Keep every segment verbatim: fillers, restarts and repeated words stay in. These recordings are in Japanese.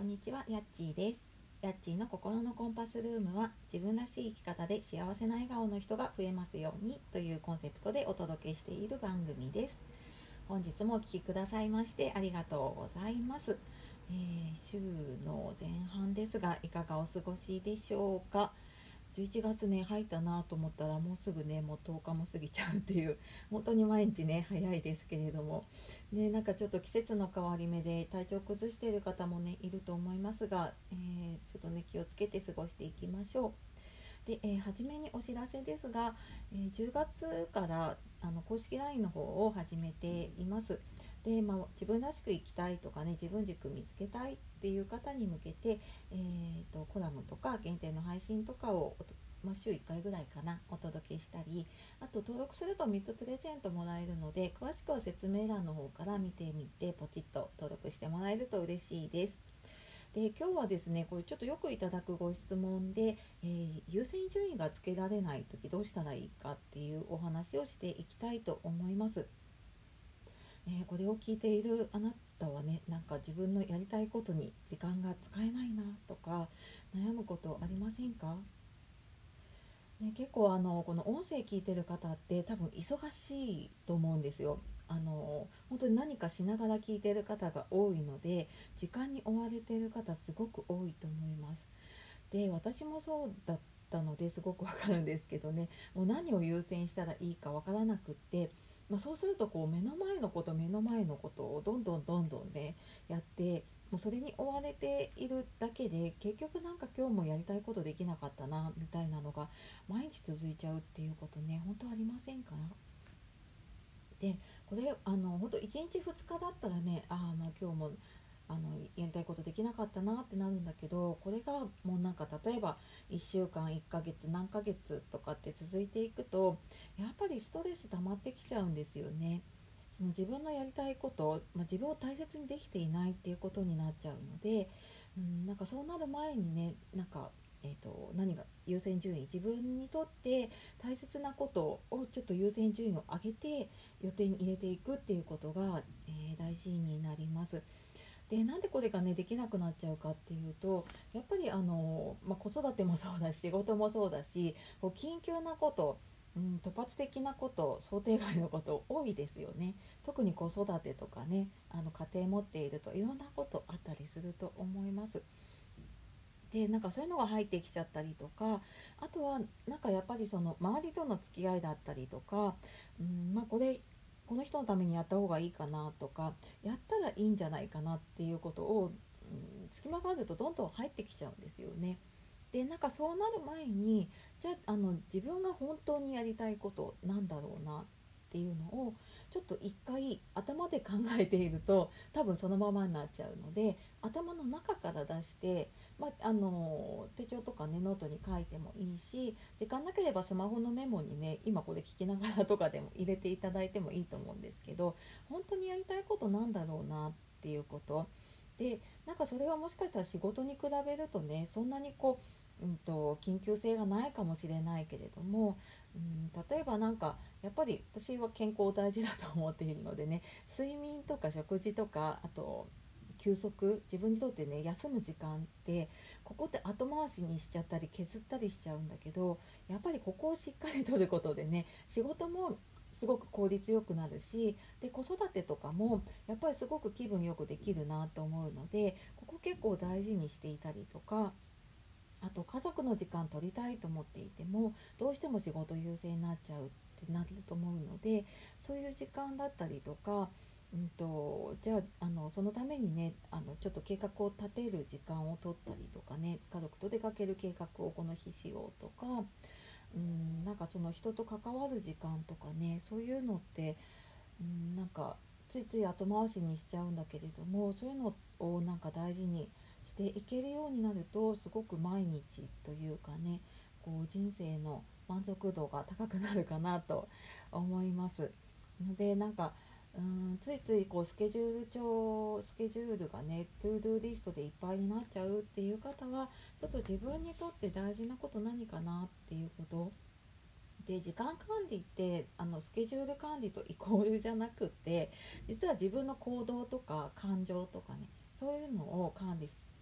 んにちは、やっちーです。やっちーの心のコンパスルームは、自分らしい生き方で幸せな笑顔の人が増えますようにというコンセプトでお届けしている番組です。本日もお聞きくださいましてありがとうございます。えー週の前半ですが、いかがお過ごしでしょうか。じゅういちがつね入ったなと思ったら、もうすぐねもうとおかも過ぎちゃうっていう、本当に毎日ね早いですけれどもね、なんかちょっと季節の変わり目で体調崩している方もねいると思いますが、えーちょっとね気をつけて過ごしていきましょう。で、えー初めにお知らせですが、えーじゅうがつからあの公式 ライン の方を始めています。で、まあ、自分らしく生きたいとかね、自分軸見つけたいっていう方に向けて、えーと、コラムとか限定の配信とかをまあ、週いっかいぐらいかなお届けしたり、あと登録するとみっつプレゼントもらえるので、詳しくは説明欄の方から見てみてポチッと登録してもらえると嬉しいです。で、今日はですね、これちょっとよくいただくご質問で、えー優先順位がつけられない時どうしたらいいかっていうお話をしていきたいと思います。えーこれを聞いているあなたはね、なんか自分のやりたいことに時間が使えないなとか悩むことありませんか？ね、結構あのこの音声聞いてる方って多分忙しいと思うんですよ。あの本当に何かしながら聞いてる方が多いので、時間に追われてる方すごく多いと思います。で、私もそうだったのですごくわかるんですけどね、もう何を優先したらいいかわからなくって、まあ、そうするとこう目の前のこと目の前のことをどんどんどんどんねやって、もうそれに追われているだけで結局なんか今日もやりたいことできなかったなみたいなのが毎日続いちゃうっていうことね、本当ありませんか？で、これあの本当いちにちふつかだったらね、ああもう今日もあのやりたいことできなかったなってなるんだけど、これがもうなんか例えばいっしゅうかんいっかげつ何ヶ月とかって続いていくと、やっぱりストレス溜まってきちゃうんですよね。その自分のやりたいこと、まあ、自分を大切にできていないっていうことになっちゃうので、うん、なんかそうなる前にね、なんかえー、と何が優先順位、自分にとって大切なことをちょっと優先順位を上げて予定に入れていくっていうことが、えー大事になります。で、なんでこれがねできなくなっちゃうかっていうと、やっぱりあの、まあ、子育てもそうだし仕事もそうだし、こう緊急なこと、うん、突発的なこと、想定外のこと多いですよね。特に子育てとかね、あの家庭持っているといろんなことあったりすると思います。で、なんかそういうのが入ってきちゃったりとか、あとはなんかやっぱりその周りとの付き合いだったりとか、うん、まあこれこの人のためにやった方がいいかなとか、やったらいいんじゃないかなっていうことを、うん、隙間があるとどんどん入ってきちゃうんですよね。で、なんかそうなる前に、じゃあ、あの自分が本当にやりたいことなんだろうなっていうのをちょっと一回頭で考えていると多分そのままになっちゃうので、頭の中から出して、まあ、あの手帳とかねノートに書いてもいいし、時間なければスマホのメモにね今これ聞きながらとかでも入れていただいてもいいと思うんですけど、本当にやりたいことなんだろうなっていうことで、なんかそれはもしかしたら仕事に比べるとねそんなにこう、うん、と緊急性がないかもしれないけれども、うん、例えばなんかやっぱり私は健康大事だと思っているのでね、睡眠とか食事とか、あと休息、自分にとってね休む時間ってここって後回しにしちゃったり削ったりしちゃうんだけど、やっぱりここをしっかりとることでね、仕事もすごく効率よくなるし、で子育てとかもやっぱりすごく気分よくできるなと思うので、ここ結構大事にしていたりとか、あと家族の時間取りたいと思っていてもどうしても仕事優先になっちゃうってなると思うので、そういう時間だったりとか、うんと、じゃあ、あのそのためにねあのちょっと計画を立てる時間を取ったりとかね、家族と出かける計画をこの日しようとか、うん、なんかその人と関わる時間とかね、そういうのって、うん、なんかついつい後回しにしちゃうんだけれども、そういうのをなんか大事にしていけるようになると、すごく毎日というかね、こう人生の満足度が高くなるかなと思いますので、なんかうーんついついこうスケジュール帳スケジュールがねトゥードゥーリストでいっぱいになっちゃうっていう方は、ちょっと自分にとって大事なこと何かなっていうことで、時間管理ってあのスケジュール管理とイコールじゃなくて、実は自分の行動とか感情とかね、そういうのを管理す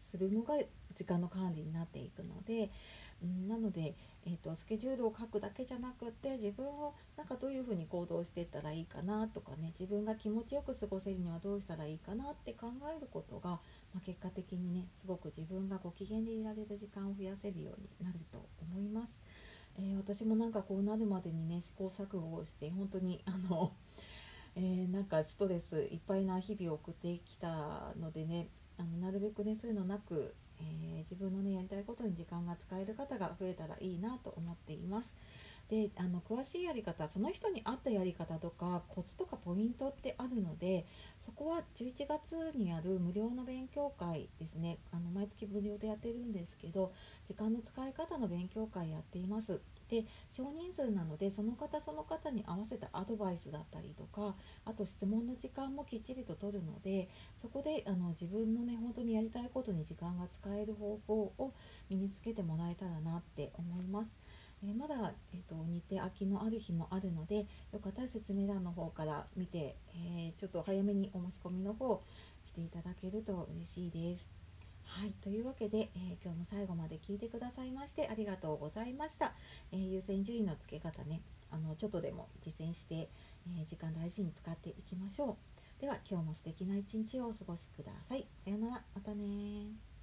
するのが時間の管理になっていくので、うん、なので、えーと、スケジュールを書くだけじゃなくて、自分をなんかどういうふうに行動していったらいいかなとかね、自分が気持ちよく過ごせるにはどうしたらいいかなって考えることが、まあ、結果的にねすごく自分がご機嫌でいられる時間を増やせるようになると思います。えー、私もなんかこうなるまでにね試行錯誤をして本当にあのえー、なんかストレスいっぱいな日々を送ってきたのでね、あのなるべくねそういうのなく、えー自分のねやりたいことに時間が使える方が増えたらいいなと思っています。で、あの詳しいやり方、その人に合ったやり方とかコツとかポイントってあるので、そこはじゅういちがつにある無料の勉強会ですね、あの毎月無料でやってるんですけど、時間の使い方の勉強会やっています。で、少人数なのでその方その方に合わせたアドバイスだったりとか、あと質問の時間もきっちりと取るので、そこであの自分のね本当にやりたいことに時間が使える方法を身につけてもらえたらなって思います。えーまだ、えーと、日程空きのある日もあるので、よかったら説明欄の方から見て、えーちょっと早めにお申し込みの方していただけると嬉しいです。はい、というわけで、えー今日も最後まで聞いてくださいましてありがとうございました。えー優先順位のつけ方ね、あのちょっとでも実践して、えー時間大事に使っていきましょう。では今日も素敵な一日をお過ごしください。さようなら、またね。